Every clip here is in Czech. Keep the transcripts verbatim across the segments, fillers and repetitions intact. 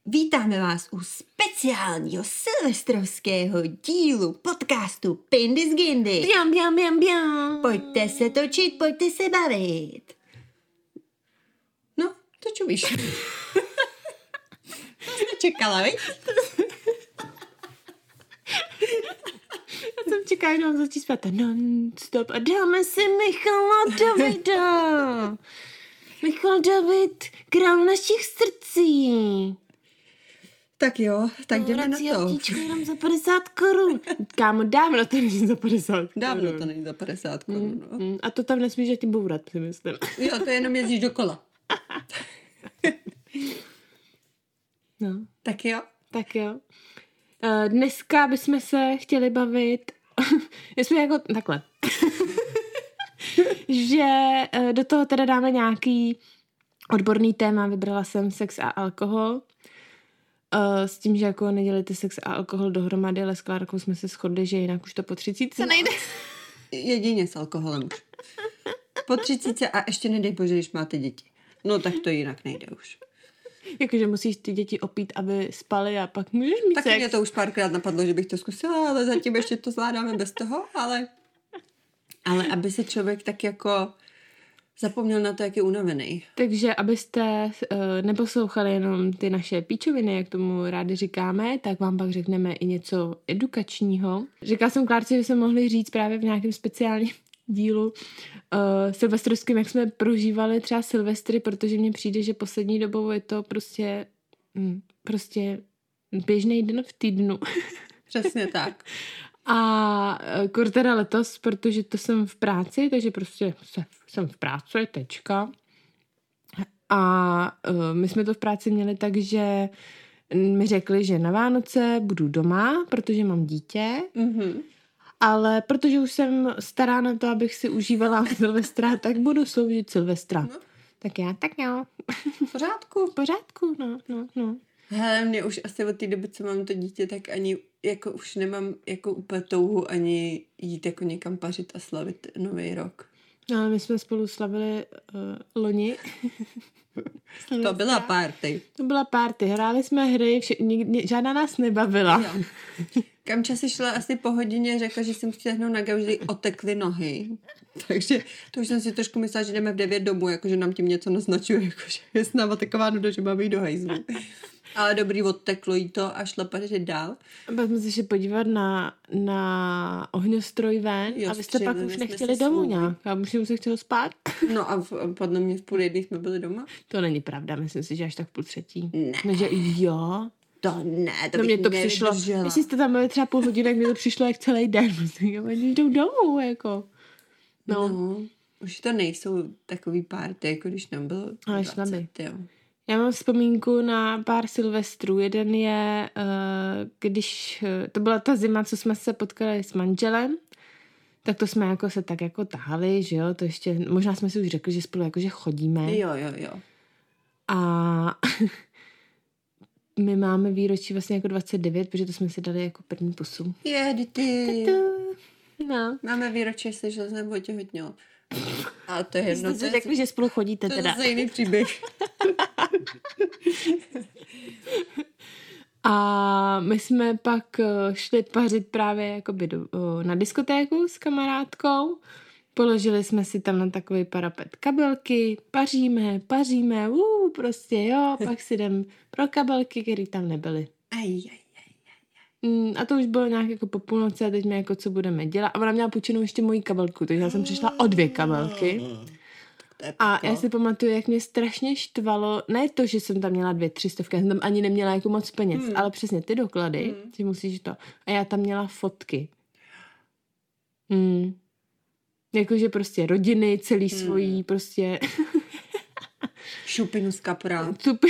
Vítáme vás u speciálního silvestrovského dílu podcastu Pindy z Gindy. Běm, běm, běm, běm. Pojďte se točit, pojďte se bavit. No, to čumíš. To jsi čekala, viď? Já jsem čekala, že mám začít zpát non-stop a dáme si Michala Davida. Michal David, král našich srdcí. Tak jo, tak no, jdeme na to. Vrací jenom za padesát korun. Kámo, dávno to není za padesát korun. Dávno to není za padesát korun. No. Mm, a to tam nesmíš že ti bourat, si myslím. Jo, to jenom jezdíš dokola. No. Tak jo. Tak jo. Dneska bychom se chtěli bavit, jsme jako takhle, že do toho teda dáme nějaký odborný téma, vybrala jsem sex a alkohol, s tím, že jako nedělejte sex a alkohol dohromady, ale s Klárkou jsme se shodli, že jinak už to po třicítce nejde. Jedině s alkoholem už. Po třicítce a ještě nedej bože, když máte děti. No tak to jinak nejde už. Jakože musíš ty děti opít, aby spali a pak můžeš mít tak sex. Mě to už párkrát napadlo, že bych to zkusila, ale zatím ještě to zvládáme bez toho, ale, ale aby se člověk tak jako zapomněl na to, jak je unavený. Takže abyste uh, neposlouchali jenom ty naše píčoviny, jak tomu rádi říkáme, tak vám pak řekneme i něco edukačního. Říkala jsem Klárce, že jsme mohli říct právě v nějakém speciálním dílu uh, silvestrovským, jak jsme prožívali třeba silvestry, protože mně přijde, že poslední dobou je to prostě mm, prostě běžný den v týdnu. Přesně tak. A kur teda letos, protože to jsem v práci, takže prostě jsem v práci, tečka. A uh, my jsme to v práci měli tak, že mi řekli, že na Vánoce budu doma, protože mám dítě. Mm-hmm. Ale protože už jsem stará na to, abych si užívala Silvestra, tak budu sloužit Silvestra. No. Tak já, tak jo. V pořádku. V pořádku, no, no, no. Hele, mě už asi od té doby, co mám to dítě, tak ani jako už nemám jako úplně touhu ani jít jako někam pařit a slavit nový rok. No, ale my jsme spolu slavili uh, loni. To byla party. To byla party. Hráli jsme hry, vše, nik, žádná nás nebavila. Jo. Kamča si šla asi po hodině, řekla, že jsem stihnou na gauži, otekly nohy. Takže to už jsem si trošku myslela, že jdeme v devět domů, jakože nám tím něco naznačuje, jakože je s náma taková nuda, že máme jít do hajzlu. Ale dobrý, odteklo jí to a šla pařit dál. Pak jsme se šli podívat na, na ohňostroj ven jo, a vy jste pak už nechtěli domů svůj. Nějak. A už jsem se chtěla spát. No a v, podle mě v půl jedný jsme byli doma. To není pravda, myslím si, že až tak v půl třetí. Ne. No, že jo. To ne, to no, bych mě to přišlo, jestli jste tam byli třeba půl hodiny, tak mě to přišlo jak celý den. Oni jdou domů, jako. No. no. Už to nejsou takový párty, jako když nám bylo ale dvacet, jo. Já mám vzpomínku na pár silvestrů. Jeden je, když to byla ta zima, co jsme se potkali s manželem, tak to jsme jako se tak jako tahali, že jo, to ještě, možná jsme si už řekli, že spolu jakože chodíme. Jo, jo, jo. A my máme výročí vlastně jako dvacet devět, protože to jsme si dali jako první pusu. Je, ty. No. Máme výročí, že jsem otěhotněla. A to je jedno. Jste si řekli, že spolu chodíte to teda. To je jiný příběh. A my jsme pak šli pařit právě jakoby do, na diskotéku s kamarádkou. Položili jsme si tam na takový parapet kabelky, paříme, paříme, uh, prostě jo, pak si jdem pro kabelky, které tam nebyly. Aj, aj, aj. A to už bylo nějak jako po půlnoci a teď mě jako co budeme dělat. A ona měla půjčenou ještě moji kabelku, takže já jsem přišla o dvě kabelky. A já si pamatuju, jak mě strašně štvalo, ne to, že jsem tam měla dvě, tři stovky, já jsem tam ani neměla jako moc peněz, hmm. ale přesně ty doklady, hmm. že musíš to. A já tam měla fotky. Hmm. Jakože prostě rodiny, celý hmm. svojí prostě... Šupinu z kapra. Tupi...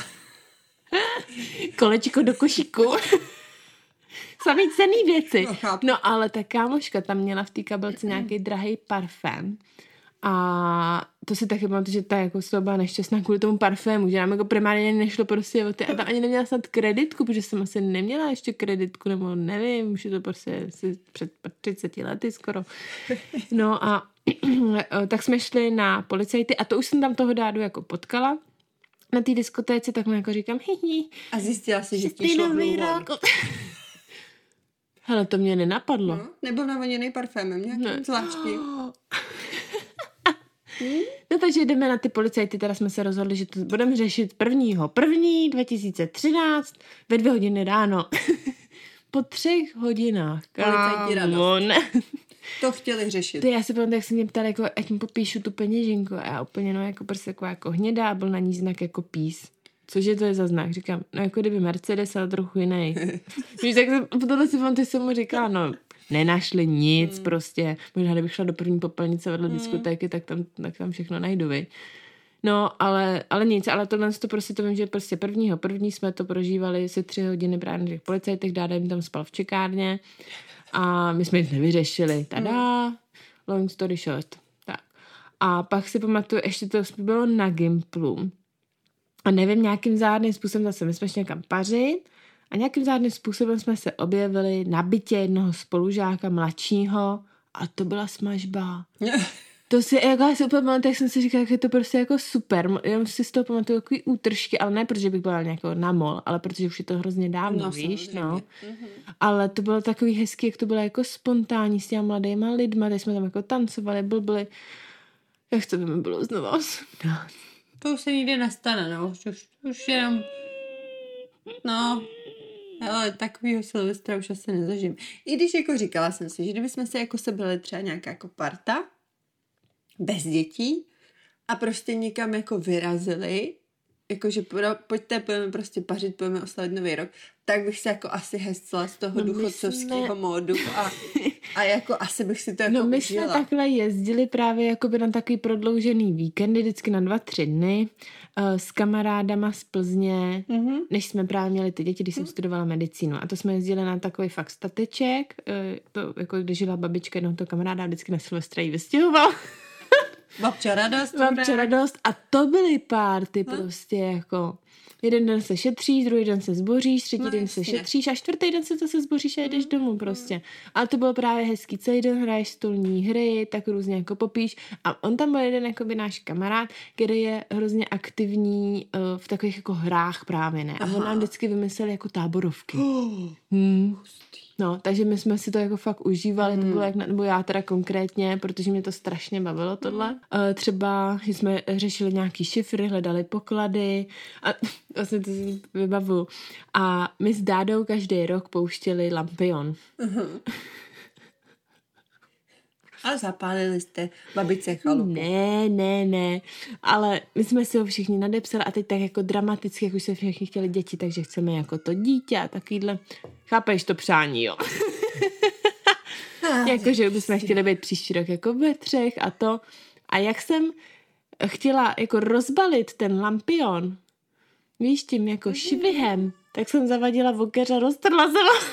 Kolečko do košíku. Samý cenný věci. No, no ale ta kámoška tam měla v té kabelce nějaký drahý parfém. A to si taky pamatuju, že ta jako z toho byla nešťastná kvůli tomu parfému, že nám jako primárně nešlo prostě o ty, a tam ani neměla snad kreditku, protože jsem asi neměla ještě kreditku, nebo nevím, už je to prostě asi před třiceti lety skoro. No a tak jsme šli na policajty a to už jsem tam toho dádu jako potkala na té diskotéce, tak mu jako říkám, hihi. A zjistila si, že ti šlo blůvon. Hele, to mě nenapadlo. No, nebyl navoněný parfémem, nějaký Ne. zvláštní. No takže jdeme na ty policajty, teda jsme se rozhodli, že to budeme řešit prvního první dva tisíce třináct ve dvě hodiny ráno. Po třech hodinách. Policajti radost. Kámo, ne. To chtěli řešit. Ty, já se pamatuju, jak se mě ptali, jako, ať mu popíšu tu peněženku a já úplně, no, jako prostě jako, jako hnědá a byl na ní znak jako peace. Cože to je za znak? Říkám, no jako kdyby Mercedes, ale trochu jiný. Víš, tak to, tohle si pamatuju, jsem mu říkala, no, nenašli nic hmm. prostě. Možná, kdybych šla do první popelnice vedle hmm. diskotéky, tak tam, tak tam všechno najdu, vej. No, ale, ale nic, ale tohle to prostě to vím, že prostě prvního první jsme to prožívali si tři hodiny právě na těch policajtech, Dáda jim tam spal v čekárně a my jsme jich nevyřešili. Tada, hmm. long story short. Tak. A pak si pamatuju, ještě to bylo na Gimplu. A nevím, nějakým záhadným způsobem zase my jsme šli někam pařit a nějakým záhadným způsobem jsme se objevili na bytě jednoho spolužáka mladšího a to byla smažba. To si, jako já si úplně pamatuju, jak jsem si říkala, jak je to prostě jako super. Já si z toho pamatuju takový útržky, ale ne protože bych byla nějakou na mol, ale protože už je to hrozně dávno, no, víš, no. Mm-hmm. Ale to bylo takový hezký, jak to bylo jako spontánní s těma mladýma lidma, teď jsme tam jako tancovali, blbli. Jak to by mi bylo znovu osmnáct. To už se nikdy nestane, no. Už, už jenom... No... Ale takovýho Silvestra už asi nezažím. I když jako říkala jsem si, že kdybychom se jako sebrali třeba nějaká jako parta, bez dětí a prostě někam jako vyrazili, jakože pojďte, pojďme prostě pařit, pojďme oslavit nový rok, tak bych se jako asi hecla z toho no důchodcovského jsme... módu a, a jako asi bych si to jako No my užila. jsme takhle jezdili právě jakoby na takový prodloužený víkendy, vždycky na dva, tři dny uh, s kamarádama z Plzně, mm-hmm. než jsme právě měli ty děti, když jsem mm. studovala medicínu. A to jsme jezdili na takový fakt stateček, uh, to jako když žila babička jednoho toho kamaráda, vždycky na Silvestra ji vystěhoval. Babča radost. Babča radost. A to byly párty hm? prostě jako... Jeden den se šetříš, druhý den se zboříš, třetí no, den se šetříš a čtvrtý den se zase zboříš a jdeš domů prostě. Ale to bylo právě hezký. Celý den hraješ stolní hry, tak různě jako popíš. A on tam byl jeden jakoby náš kamarád, který je hrozně aktivní uh, v takových jako hrách právě, ne? A on nám vždycky vymyslel jako táborovky. Oh, hmm. No, takže my jsme si to jako fakt užívali, mm. to bylo jak, na, nebo já teda konkrétně, protože mě to strašně bavilo tohle. Mm. Uh, třeba, že jsme řešili nějaký šifry, hledali poklady a vlastně to si vybavuju. A my s Dádou každý rok pouštěli Lampion. Uh-huh. A zapálili jste babice chalupu. Ne, ne, ne. Ale my jsme si ho všichni nadepsali a teď tak jako dramaticky, jak už se všichni chtěli děti, takže chceme jako to dítě a takovýhle. Chápeš to přání, jo? Jakože bychom chtěli být příští rok jako ve třech a to. A jak jsem chtěla jako rozbalit ten Lampion, víš, tím jako švihem, tak jsem zavadila vokeř a roztrhla jsem ho.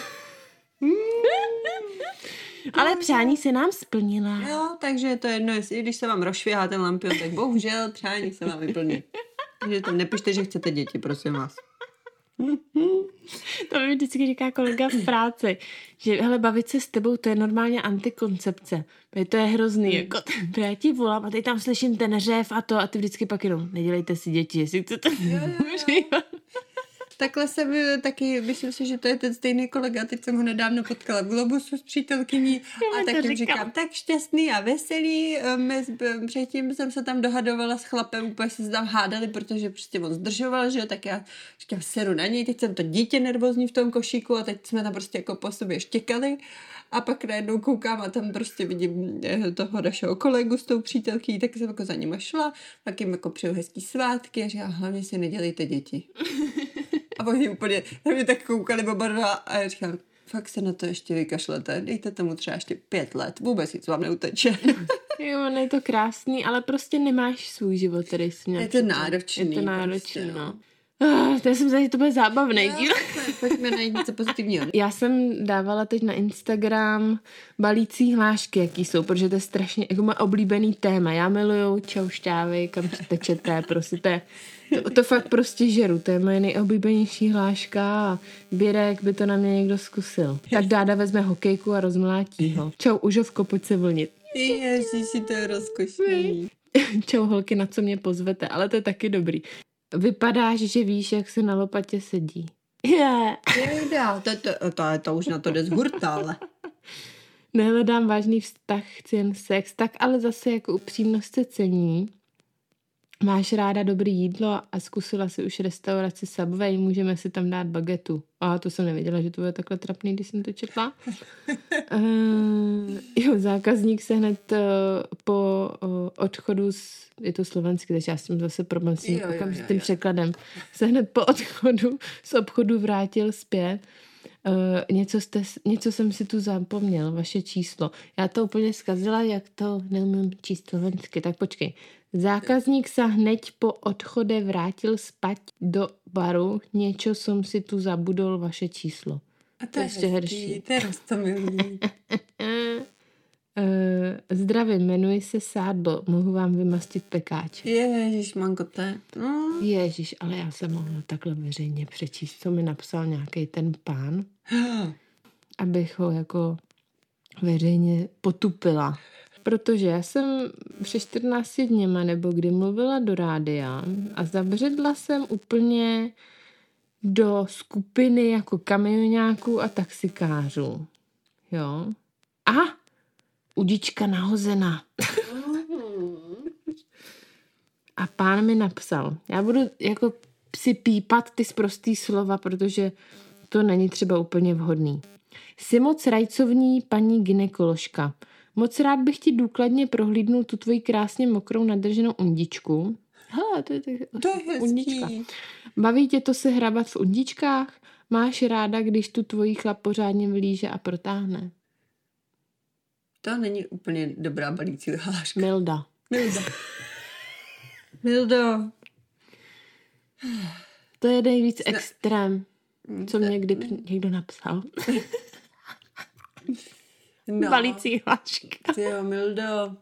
Ale přání se nám splnila. Jo, takže je to jedno, jestli když se vám rozšvěhá ten Lampion, tak bohužel přání se vám vyplní. Takže tam nepište, že chcete děti, prosím vás. To mi vždycky říká kolega v práci, že hele, bavit se s tebou, to je normálně antikoncepce. To je hrozný, mm. jako já ti volám a teď tam slyším ten řev a to a ty vždycky pak jenom nedělejte si děti, jestli chcete. Takhle jsem taky, myslím si, že to je ten stejný kolega, teď jsem ho nedávno potkala v Globusu s přítelkyní a tak jim říkám, tak šťastný a veselý. My, předtím jsem se tam dohadovala s chlapem, úplně se tam hádali, protože prostě on zdržoval, že tak já říkám, seru na něj, teď jsem to dítě nervózní v tom košíku a teď jsme tam prostě jako po sobě štěkali a pak najednou koukám a tam prostě vidím toho našeho kolegu s tou přítelkyní, tak jsem jako za nima šla, tak jim jako přeju hezký svátky a říkám, hlavně si nedělejte děti. A oni úplně na mě tak koukali oba dva a já říkám, fakt se na to ještě vykašlete, dejte tomu třeba ještě pět let, vůbec nic vám neuteče. Jo, no je to krásný, ale prostě nemáš svůj život, který jsi měl. Je to náročný. Je to náročný, prostě, no. Oh, to jsem že to bude zábavný díl. Pojďme najít něco pozitivního. Já jsem dávala teď na Instagram balící hlášky, jaký jsou, protože to je strašně jako moje oblíbený téma. Já miluju čaušťávy, kam tečete, prostě to je, to, to fakt prostě žeru, to je moje nejoblíbenější hláška a Birek by to na mě někdo zkusil. Tak Dáda vezme hokejku a rozmlátí ho. Čau, užovko, pojď se vlnit. Ježiši, to je rozkošný. Čau holky, na co mě pozvete, ale to je taky dobrý. Vypadáš, že víš, jak se na lopatě sedí. Yeah. Jejda, to, to, to, to už na to jde z hurta, ale. Nehledám vážný vztah, chci jen sex, tak ale zase jako upřímnost se cení. Máš ráda dobrý jídlo a zkusila si už restauraci Subway, můžeme si tam dát bagetu. A to jsem nevěděla, že to bude takhle trapný, když jsem to četla. uh, jo, zákazník se hned uh, po uh, odchodu, z, je to slovenský, takže já jsem zase problém s tím okamžitým překladem, se hned po odchodu z obchodu vrátil zpět. Uh, něco, jste, něco jsem si tu zapomněl, vaše číslo. Já to úplně zkazila, jak to neumím číst slovensky, tak počkej. Zákazník se hned po odchode vrátil spať do baru, něco jsem si tu zabudol, vaše číslo. A to je ještě horší. Teraz to milí. Uh, zdravím, jmenuji se Sádbo, mohu vám vymastit pekáče. Ježiš, mankote. No. Ježiš, ale já jsem mohla takhle veřejně přečíst, co mi napsal nějaký ten pán, abych ho jako veřejně potupila. Protože já jsem před čtrnácti dněma, nebo kdy mluvila do rádia a zabředla jsem úplně do skupiny jako kamionáků a taxikářů. Jo. A udička nahozená. A pán mi napsal, já budu jako si pípat ty sprostý slova, protože to není třeba úplně vhodný. Jsi moc rajcovní paní gynekoložka. Moc rád bych ti důkladně prohlídnul tu tvoji krásně mokrou nadrženou undičku. Hele, to je, to je, to je undička. Baví tě to se hrabat v undičkách? Máš ráda, když tu tvojí chlap pořádně vylíže a protáhne? To není úplně dobrá balící hláška. Milda. Milda. Mildo. To je nejvíc Sna... extrém, co mě kdy někdo napsal. No. Balící hláška. Ty jo, Mildo.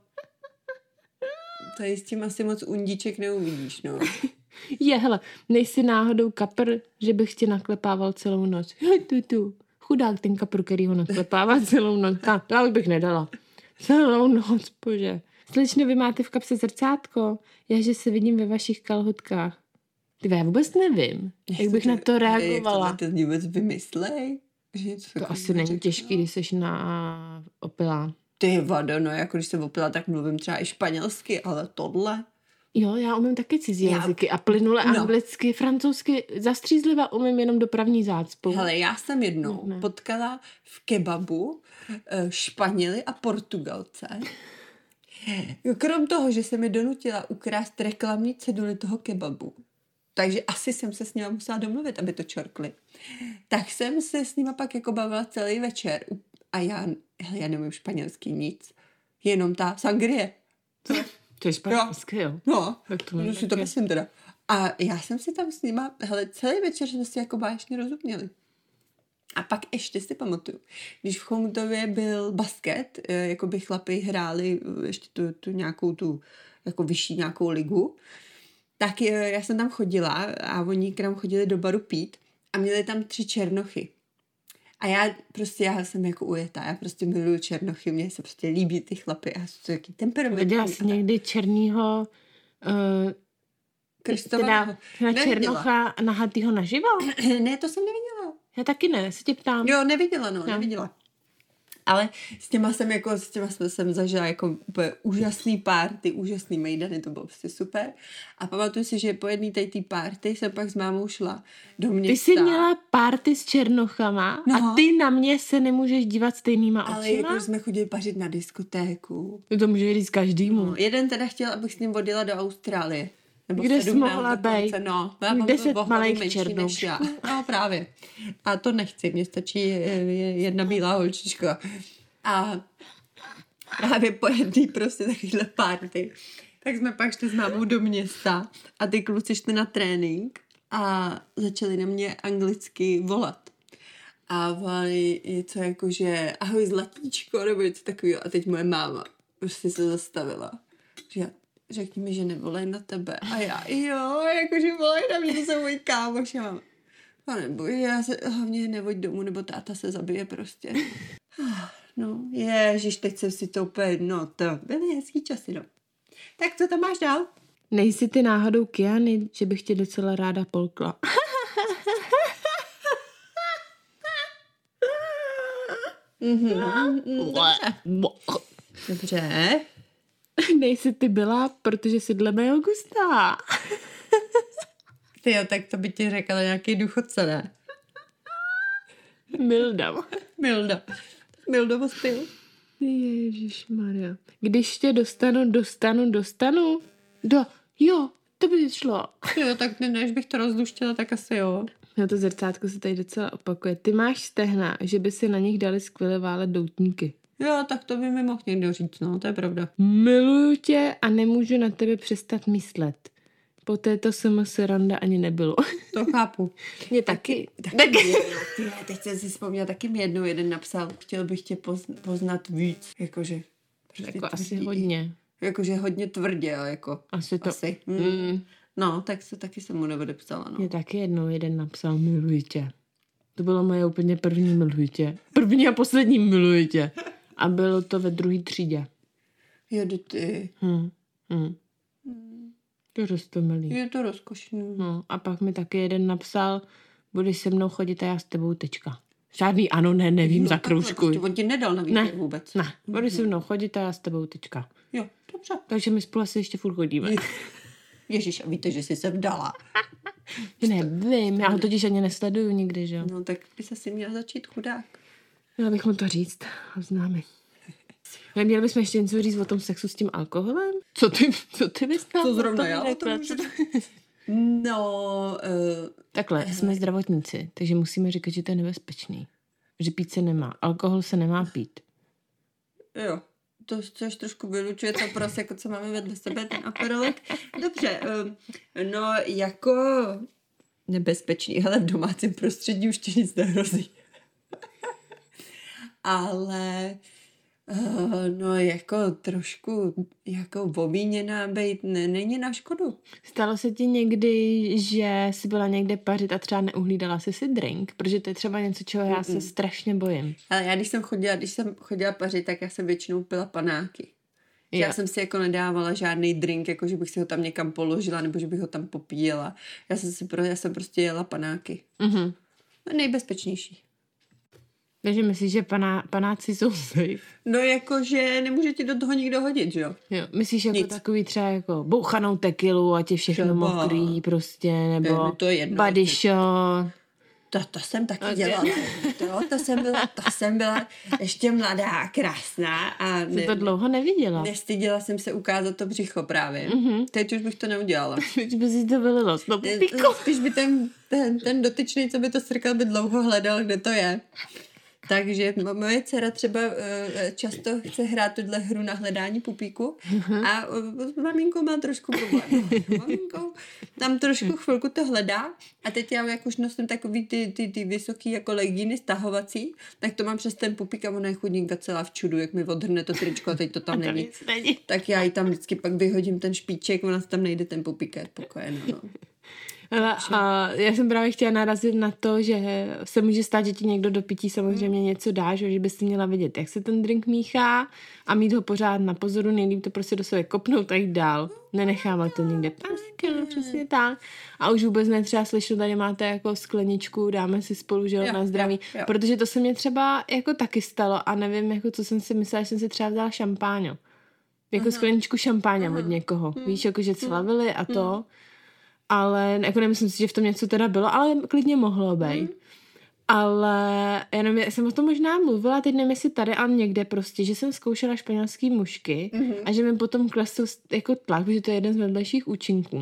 Tady s tím asi moc undíček neuvidíš, no. Je, hele, nejsi náhodou kapr, že bych tě naklepával celou noc. Tu, tu. Chudák ten kapr, který ho naklepává celou noc. Ta, já bych nedala. Celou noc, bože. Slečno, vy máte v kapse zrcátko? Já, že se vidím ve vašich kalhotkách. Ty, já vůbec nevím, jak, jak bych to, na to reagovala. Jak to vůbec vymyslej? Že to asi není těžký, když jsi na opilá. Ty vado, no jako když jsem opilá, tak mluvím třeba i španělsky, ale tohle... Jo, já umím taky cizí já... jazyky a plynule no. Anglicky, francouzsky, zastřízliva umím jenom dopravní zácpu. Hele, já jsem jednou ne. potkala v kebabu Španěly a Portugalce. Krom toho, že se mi donutila ukrást reklamní ceduly toho kebabu, takže asi jsem se s nima musela domluvit, aby to čorkli. Tak jsem se s nima pak jako bavila celý večer a já, hele, já nemám španělský nic, jenom ta sangrie. To je španělské, jo. No, tak to, no, si to myslím teda. A já jsem si tam s nima, hele, celý večer jsme si jako báječně rozuměli. A pak ještě si pamatuju, když v Chomutově byl basket, jako by chlapi hráli ještě tu, tu nějakou tu, jako vyšší nějakou ligu, tak já jsem tam chodila a oni k nám chodili do baru pít a měli tam tři černochy. A já prostě, já jsem jako ujetá, já prostě miluju černochy, mně se prostě líbí ty chlapy a jsou to jaký temperamentní. Viděla jsi někdy černýho uh, Kristova? Na černocha nahatýho naživo? Ne, to jsem neviděla. Já taky ne, se tě ptám. Jo, neviděla, no, no. neviděla. Ale s těma jsem jako, s těma jsem zažila jako úplně úžasný party, úžasný mejdany, to bylo prostě super. A pamatuju si, že po jedné té party jsem pak s mámou šla do města. Ty jsi měla party s černochama no. A ty na mě se nemůžeš dívat stejnýma očima? Ale jako jsme chodili pařit na diskotéku. To může říct každému. No, jeden teda chtěl, abych s ním odjela do Austrálie. Nebo kde jsi mohla být? No, deset malých černoušků. No právě. A to nechci, mně stačí jedna bílá holčička. A právě po jedný prostě takovýhle party. Tak jsme pak šli s mámou do města a ty kluci šli na trénink a začali na mě anglicky volat. A volali něco jako, že ahoj zlatíčko, nebo něco takového. A teď moje máma prostě se zastavila. Že řekni mi, že nevolej na tebe. A já, jo, jakože volej na mě, to jsou moji kámoši. Pane bože, já se hlavně nevoď domů, nebo táta se zabije prostě. No, ježiš, teď jsem si to úplně, no to byly hezký časy, no. Tak co tam máš dál? Nejsi ty náhodou Kiany, že bych tě docela ráda polkla. Mm-hmm. Dobře. Dobře. Nejsi ty byla, protože si dle mého gustá. Tyjo, tak to by ti řekla nějaký důchodce, ne? Milda. Milda. Mildovo styl. Ježišmarja. Když tě dostanu, dostanu, dostanu. Do, jo, to by šlo. Jo, tak než bych to rozluštila, tak asi jo. No to zrcátko se tady docela opakuje. Ty máš stehna, že by si na nich dali skvěle válet doutníky. Jo, tak to by mi mohl někdo říct, no, to je pravda. Miluju tě a nemůžu na tebe přestat myslet. Po této jsem se randa ani nebylo. To chápu. Mě taky. Taky, taky. Jedno, tyhle, teď jsem si vzpomněla, taky mi jednou jeden napsal, chtěl bych tě pozn- poznat víc. Jakože. Jako tvrdí. Asi hodně. Jakože hodně tvrdě, jako. Asi to. Asi. Mm. Mm. No, tak se taky jsem mu neodepsala, no. Mě taky jednou jeden napsal miluji tě. To bylo moje úplně první miluji tě. První a poslední miluji tě. A bylo to ve druhé třídě. Jo, ty. Hmm. Hmm. To je roztomilý. Je to rozkošný. No, a pak mi taky jeden napsal, budeš se mnou chodit a já s tebou tečka. Žádný ano, ne, nevím, no, zakroužkuj. On ti nedal na výběr ne, vůbec. Ne, budeš mm-hmm. se mnou chodit a já s tebou tečka. Jo, dobře. Takže my spolu asi ještě furt chodíme. Je, Ježiš, a víte, že jsi se vdala. Nevím, já ho totiž ani nesleduju nikdy, že jo. No, tak by se si měla začít chudák. Měla bych mu to říct, oznámy. Neměli bychom ještě něco říct o tom sexu s tím alkoholem? Co ty, co ty bys tam? Co zrovna já o tom můžu... No... Uh, Takhle, uh, jsme zdravotníci, takže musíme říkat, že to je nebezpečný. Že pít se nemá. Alkohol se nemá pít. Jo, to což trošku vylučuje to prostě, jako co máme vedle sebe, ten aperolek. Dobře, uh, no jako nebezpečný, ale v domácím prostředí už ti nic nehrozí. Ale... Uh, no jako trošku jako obíněná bejt ne, není na škodu. Stalo se ti někdy, že jsi byla někde pařit a třeba neuhlídala jsi si drink? Protože to je třeba něco, čeho já se strašně bojím. Ale já když jsem chodila, když jsem chodila pařit, tak já jsem většinou pila panáky. Já jsem si jako nedávala žádný drink, jako že bych si ho tam někam položila nebo že bych ho tam popíjela. Já jsem, si pro, já jsem prostě jela panáky. Mm-hmm. Nejbezpečnější. Takže myslíš, že paná, panáci jsou safe? No jakože nemůže ti do toho nikdo hodit, že jo? Jo, myslíš jako Nic. Takový třeba jako bouchanou tekilu a tě všechno třeba mokrý prostě, nebo to jedno, body shot. To, to jsem taky okay. dělala. To, to, jsem byla, to jsem byla ještě mladá, krásná. A ne, to dlouho neviděla. Nestyděla jsem se ukázat to břicho právě. Mm-hmm. Teď už bych to neudělala. Teď by si to vylilo. Spíš by ten, ten, ten dotyčný, co by to strkal, by dlouho hledal, kde to je. Takže moje dcera třeba uh, často chce hrát tuhle hru na hledání pupíku uh-huh. a uh, s maminkou má trošku problém. Maminkou tam trošku chvilku to hledá a teď já jak už nosím takový ty, ty, ty vysoký jako legíny stahovací, tak to mám přes ten pupík a ona je chudinka celá v čudu, jak mi odhrne to tričko a teď to tam není. Tak já jí tam vždycky pak vyhodím ten špíček, ona se tam nejde ten pupík a je spokojená. No. Ale, a já jsem právě chtěla narazit na to, že se může stát, že ti někdo do pití samozřejmě něco dá, že bys si měla vědět, jak se ten drink míchá a mít ho pořád na pozoru, nejlíp to prostě do sebe kopnout a jít dál. Nenechávat to někde. Tak, no, přesně tak. A už vůbec ne třeba slyšet, tady máte jako skleničku, dáme si spolu, že jo, na zdraví. Jo, jo. Protože to se mě třeba jako taky stalo a nevím, jako co jsem si myslela, že jsem si třeba vzala šampáňo. Jako uh-huh. skleničku šampáně uh-huh. od někoho. Uh-huh. Víš, jako že slavili a to. Uh-huh. Ale jako nemyslím si, že v tom něco teda bylo, ale klidně mohlo být. Mm. Ale jenom já jsem o tom možná mluvila, teď nevím, jestli tady a někde prostě, že jsem zkoušela španělský mušky mm-hmm. a že mi potom klesl jako tlak, protože to je jeden z vedlejších účinků.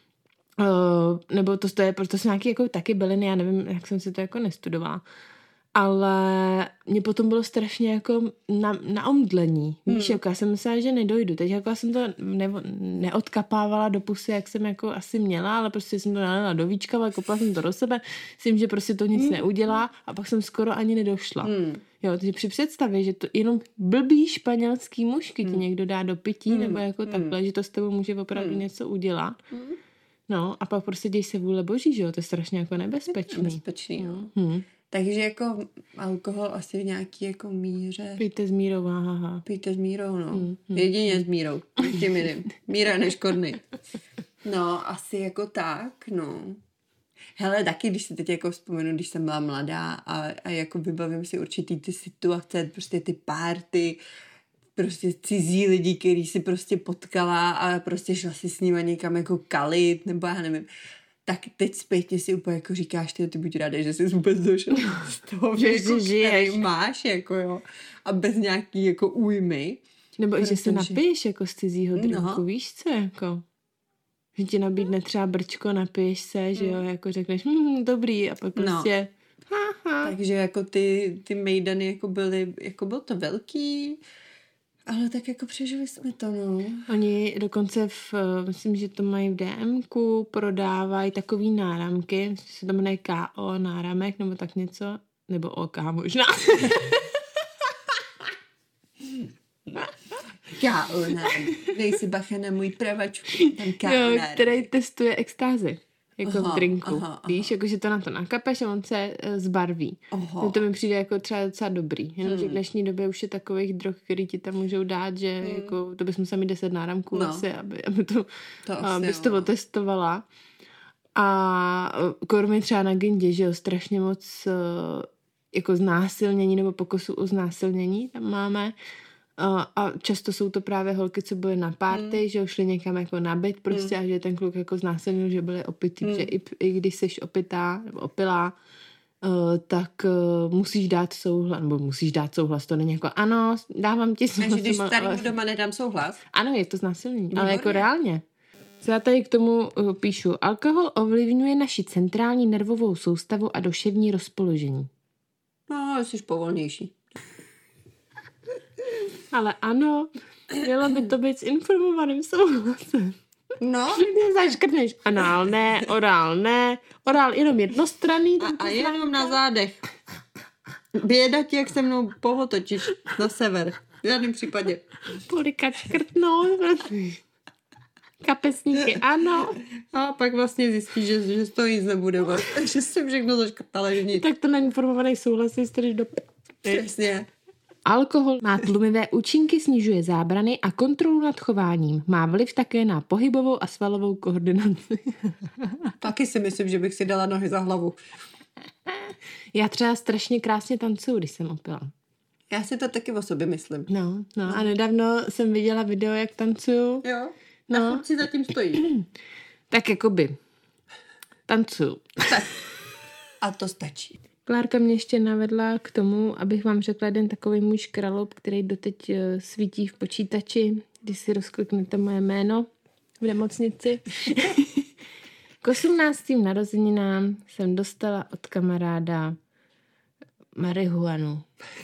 Uh, nebo to, to je, to jsou nějaké jako taky byliny, já nevím, jak jsem si to jako nestudovala. Ale mě potom bylo strašně jako na, na omdlení. Hmm. Víš, jako já jsem myslela, že nedojdu. Teď jako já jsem to ne, neodkapávala do pusy, jak jsem jako asi měla, ale prostě jsem to nalila do víčka, ale kopla jsem to do sebe. Myslím, že prostě to nic hmm. neudělá a pak jsem skoro ani nedošla. Hmm. Jo, takže při představě, že to jenom blbý španělský mušky hmm. ti někdo dá do pití, hmm. nebo jako hmm. takhle, že to s tebou může opravdu hmm. něco udělat. Hmm. No a pak prostě děj se vůle boží, že jo, to je strašně jako nebezpečný. Nebezpečný, no. Hmm. Takže jako alkohol asi v nějaký jako míře. Pijte s mírou, aha. Pijte s mírou, no. Hmm, hmm. Jedině s mírou. Tím jiným. Míra neškodný. No, asi jako tak, no. Hele, taky, když si teď jako vzpomenu, když jsem byla mladá a, a jako vybavím si určitý ty situace, prostě ty party, prostě cizí lidi, který si prostě potkala a prostě šla si s nima někam jako kalit, nebo já nevím. Tak teď zpětně si úplně jako říkáš, ty, ty buď ráda, že jsi vůbec došel z toho věku, který máš, jako jo, a bez nějaký jako újmy. Nebo protože... i, že se napiješ jako z cizího drinku, no. Víš co, jako... Že ti nabídne třeba brčko, napiješ se, že jo, jako řekneš, hm, dobrý, a pak prostě... No. Ha, ha. Takže jako ty, ty mejdany jako byly, jako byl to velký, ale tak jako přežili jsme to, no. Oni dokonce v, myslím, že to mají v DMku, prodávají takový náramky, se to jmenuje K O náramek, nebo tak něco, nebo OK možná. K O náramek, dej si bacha na můj pravačku, ten K O jo, který testuje extázy. Jako aha, v drinku, aha, aha. víš, jako že to na to nakapeš a on se uh, zbarví. No to mi přijde jako třeba docela dobrý. Jenom hmm. v dnešní době už je takových drog, který ti tam můžou dát, že hmm. jako, to bys musela mít deset náramků no. asi, aby, aby to, to abys to otestovala. A kor mi třeba na Gindě, že jo, strašně moc uh, jako znásilnění nebo pokusu o znásilnění tam máme. Uh, a často jsou to právě holky, co byly na party, mm. že už šli někam jako na byt prostě mm. a že ten kluk jako znásilnil, že byli opitý, mm. že i, i když jsi opitá nebo opilá, uh, tak uh, musíš dát souhlas, nebo musíš dát souhlas, to není jako ano, dávám ti souhlas. Takže když starým ale... doma nedám souhlas? Ano, je to znásilnění, ale jako reálně. Co já tady k tomu uh, píšu, alkohol ovlivňuje naši centrální nervovou soustavu a duševní rozpoložení. No, jsi povolnější. Ale ano, mělo by to být s informovaným souhlasem. No. Zaškrtneš anál ne, orál ne, orál jenom jednostranný. A, a jenom na zádech. Běda ti, jak se mnou pohotočíš na sever. V žádném případě. Polikat škrtnout. Kapesníky ano. A pak vlastně zjistíš, že, že to nic nebude. Že jsem všechno zaškrtala, že nic. Tak to na informovaný souhlas jsi do... Přesně. Alkohol má tlumivé účinky, snižuje zábrany a kontrolu nad chováním. Má vliv také na pohybovou a svalovou koordinaci. Taky si myslím, že bych si dala nohy za hlavu. Já třeba strašně krásně tancuju, když jsem opila. Já si to taky o sobě myslím. No, no, no. A nedávno jsem viděla video, jak tancuju. Jo, no. A furt si zatím stojí. Tak jakoby tancuju. Tak. A to stačí. Klárka mě ještě navedla k tomu, abych vám řekla jeden takový můj škralob, který doteď svítí v počítači, když si rozkliknete moje jméno v nemocnici. K osmnáctým narozeninám jsem dostala od kamaráda marihuanu.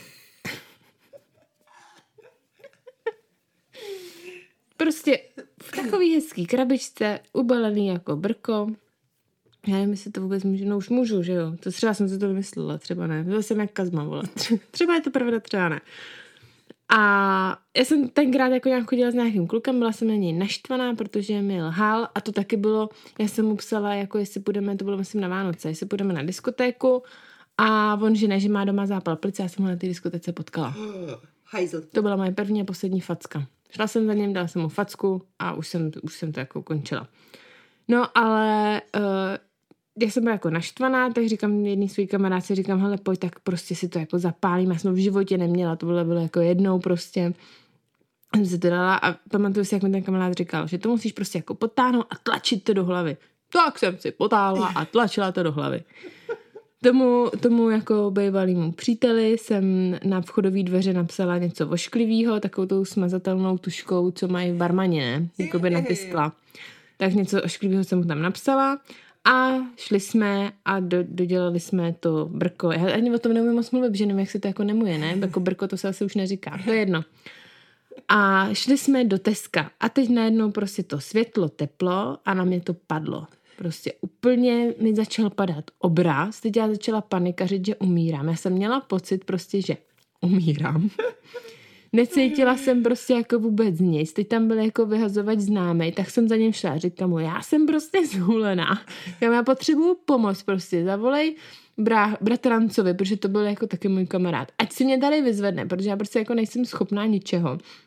Prostě v takový hezký krabičce, ubalený jako brko. Já nevím, jestli to vůbec můžu, no už můžu, že jo. To třeba jsem si to vymyslela, třeba ne. Byla jsem jak Kazma, vole. Třeba je to pravda, třeba ne. A já jsem tenkrát jako nějak chodila s nějakým klukem, byla jsem na něj naštvaná, protože mi lhal a to taky bylo, já jsem mu psala, jako jestli půjdeme, to bylo myslím na Vánoce, jestli půjdeme na diskotéku a on, že ne, že má doma zápal plice, já jsem ho na té diskotéce potkala. Hajzl. To byla moje první a poslední facka. Šla jsem za ním, dala jsem mu facku a už jsem, už jsem to jako končila. No, ale uh, já jsem byla jako naštvaná, tak říkám jedný svý kamarádce, říkám, hele, pojď, tak prostě si to jako zapálím. Já jsem v životě neměla, to bylo, bylo jako jednou prostě. Jsem si to dala a pamatuju si, jak mi ten kamarád říkal, že to musíš prostě jako potáhnout a tlačit to do hlavy. Tak jsem si potáhla a tlačila to do hlavy. Tomu, tomu jako bývalýmu příteli jsem na vchodové dveře napsala něco ošklivýho, takovou tou smazatelnou tuškou, co mají v barmaně, ne? Jakoby natiskla. Tak něco ošklivýho jsem mu tam napsala a šli jsme a do, dodělali jsme to brko. Já ani o tom neumím moc mluvit, že nevím, jak se to jako nemuje, ne? Jako brko to se asi už neříká, to je jedno. A šli jsme do Teska a teď najednou prostě to světlo teplo a na mě to padlo. Prostě úplně mi začal padat obraz, teď já začala panikařit, že umírám. Já jsem měla pocit prostě, že umírám. Necítila jsem prostě jako vůbec nic. Teď tam byl jako vyhazovač známej, tak jsem za něm šla a říkám mu, já jsem prostě zhulená. Já potřebuju pomoc prostě, zavolej brá, bratrancovi, protože to byl jako taky můj kamarád. Ať si mě tady vyzvedne, protože já prostě jako nejsem schopná ničeho.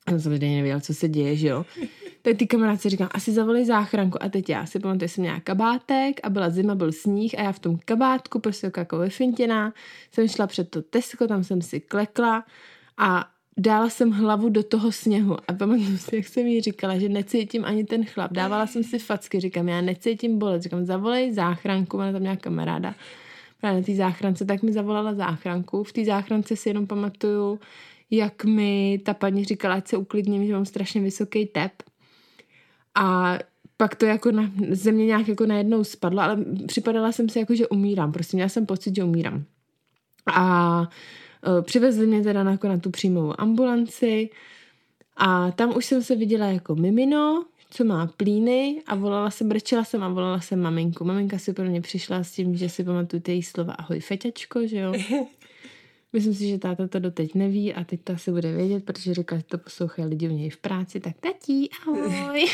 A jsem samozřejmě nevěděla, co se děje, že jo. Tak ty kamarádce říkám, asi zavolej záchranku. A teď já si pamatuju, jsem měla kabátek a byla zima, byl sníh a já v tom kabátku, prostě jako vyfintěná, jsem šla před to Tesco, tam jsem si klekla a dala jsem hlavu do toho sněhu. A pamatuju si, jak jsem jí říkala, že necítím ani ten chlap. Dávala jsem si facky, říkám, já necítím bolet. Říkám, zavolej záchranku, ona tam měla kamaráda. Právě na té záchrance, tak mi zavolala záchranku. V té záchrance si jenom pamatuju, jak mi ta paní říkala, ať se uklidním, že mám strašně vysoký tep. A pak to jako na země nějak jako najednou spadlo, ale připadala jsem si jako, že umírám. Prostě měla jsem pocit, že umírám. A uh, přivezli mě teda jako na tu příjmovou ambulanci a tam už jsem se viděla jako mimino, co má plíny a volala jsem, brečela jsem a volala jsem maminku. Maminka si pro mě přišla s tím, že si pamatuju její slova ahoj feťačko, že jo. Myslím si, že táta to doteď neví a teď to asi bude vědět, protože říká, že to poslouchají lidi u něj v práci, tak tatí, ahoj.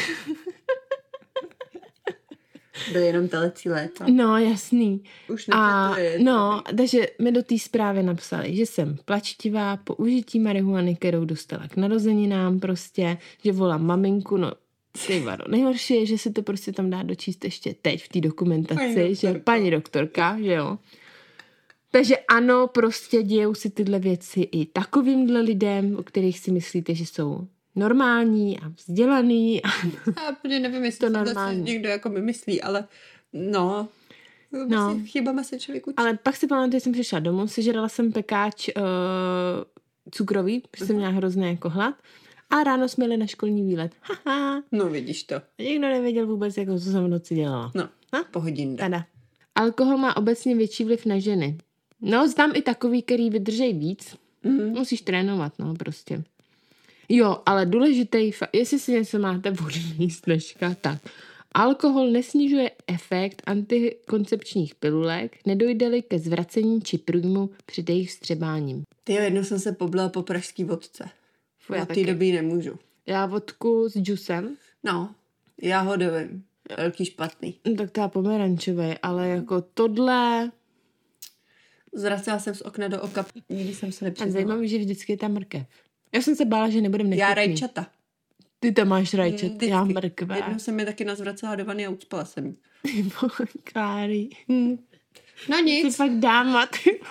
Byly jenom telecí léta. No, jasný. Už a, no, takže mi do té zprávy napsali, že jsem plačtivá po užití marihuany, kterou dostala k narozeninám prostě, že volám maminku, no ty vado. Nejhorší je, že se to prostě tam dá dočíst ještě teď v té dokumentaci, paní že paní doktorka, že jo. Takže ano, prostě dějou si tyhle věci i takovýmhle lidem, o kterých si myslíte, že jsou normální a vzdělaný. A já úplně nevím, jestli to, to si někdo jako mi myslí, ale no, no. Chybama se člověk učí. Ale pak si pamatuju, že jsem přišla domů, sežrala jsem pekáč uh, cukrový, protože jsem měla hrozný jako hlad. A ráno jsme jeli na školní výlet. Haha. No vidíš to. Nikdo nevěděl vůbec, jako, co jsem v noci dělala. No, ha? Pohodin. Tada. Alkohol má obecně větší vliv na ženy. No, znám i takový, který vydržej víc. Mm-hmm. Musíš trénovat, no, prostě. Jo, ale důležitý fakt, jestli si něco máte odníst dneška, tak alkohol nesnižuje efekt antikoncepčních pilulek, nedojde-li ke zvracení či průjmu před jejich vstřebáním. Tyjo, jednou jsem se poblila po pražský vodce. Já od té doby nemůžu. Já vodku s džusem. No, jahodovým. Velký špatný. No, tak to je pomerančový, ale jako tohle... Zvracela jsem z okna do oka, nikdy jsem se nepřiznala. A zajímavé, že vždycky je ta mrkev. Já jsem se bála, že nebudem nechutný. Já rajčata. Ty tam máš rajčat, Vždycky. já mrkve. Jednou jsem mi taky nazvracela do vany a ucpala jsem. Káry. Hmm. No nic. Ty fakt dáma, ty.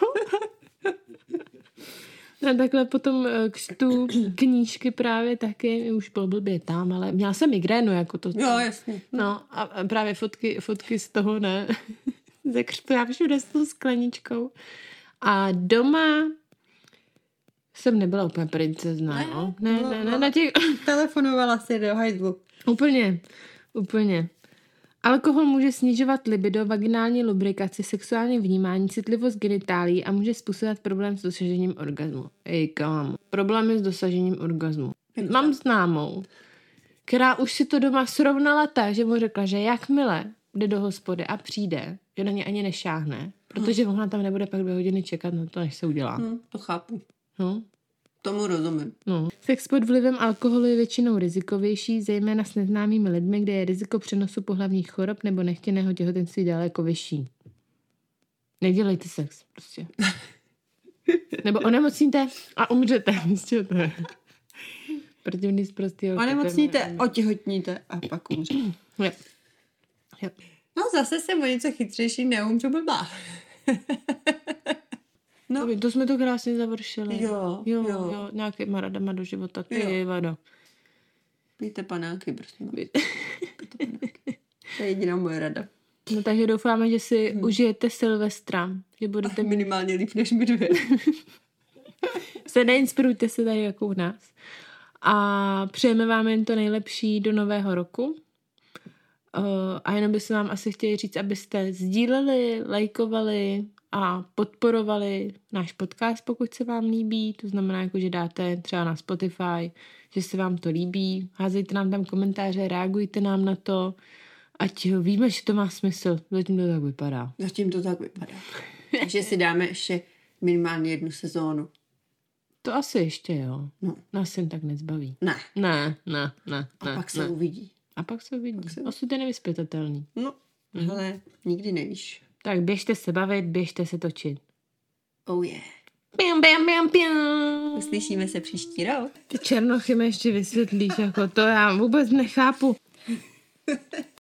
No takhle potom čtu knížky právě taky, už bylo blbě tam, ale měla jsem migrénu, jako to. Jo, jasně. No a právě fotky, fotky z toho, ne, ze křtu, já všude s tou skleničkou. A doma jsem nebyla úplně princezna, ne, no. Ne, ne, ne, na těch... Telefonovala si do hajzlu. Úplně, úplně. Alkohol může snižovat libido, vaginální lubrikaci, sexuální vnímání, citlivost genitálí a může způsobovat problém s dosažením orgazmu. Ej, kámo. Problémy s dosažením orgazmu. Mám známou, která už si to doma srovnala tak, že mu řekla, že jakmile jde do hospody a přijde, že na ně ani nešáhne, protože ona tam nebude pak dvě hodiny čekat na to, než se udělá. Hmm, to chápu. No. Tomu rozumím. No. Sex pod vlivem alkoholu je většinou rizikovější, zejména s neznámými lidmi, kde je riziko přenosu pohlavních chorob nebo nechtěného těhotenství daleko vyšší. Nedělejte sex, prostě. Nebo onemocníte a umřete. to je. Protivný z prostého. Onemocníte, otěhotníte a pak umřete. Yep. Yep. No zase jsem o něco chytřejší, neumřu blbá. No. To jsme to krásně završili. Jo, jo. jo. jo. Nějakýma radama do života. Ty vado. Pijte panáky, prosím. Pijte panáky. To je jediná moje rada. No takže doufáme, že si hmm. užijete Silvestra. Že budete minimálně líp než my dvě. se neinspirujte se tady jako u nás. A přejeme vám jen to nejlepší do nového roku. Uh, a jenom bychom vám asi chtěli říct, abyste sdíleli, lajkovali a podporovali náš podcast, pokud se vám líbí. To znamená, jako, že dáte třeba na Spotify, že se vám to líbí. Házejte nám tam komentáře, reagujte nám na to, ať víme, že to má smysl. Zatím to tak vypadá. Zatím to tak vypadá. Takže si dáme ještě minimálně jednu sezónu. To asi ještě, jo. No. Nás jen tak nezbaví. Ne. Ne, ne, ne. A ne, pak se ne. uvidí. A pak se uvidí. Pak se... Osud je nevyspětatelný. No, ale nikdy nevíš. Tak běžte se bavit, běžte se točit. Oh yeah. Pium, pium, pium, pium. Uslyšíme se příští rok. Ty černochy mi ještě vysvětlíš, jako to já vůbec nechápu.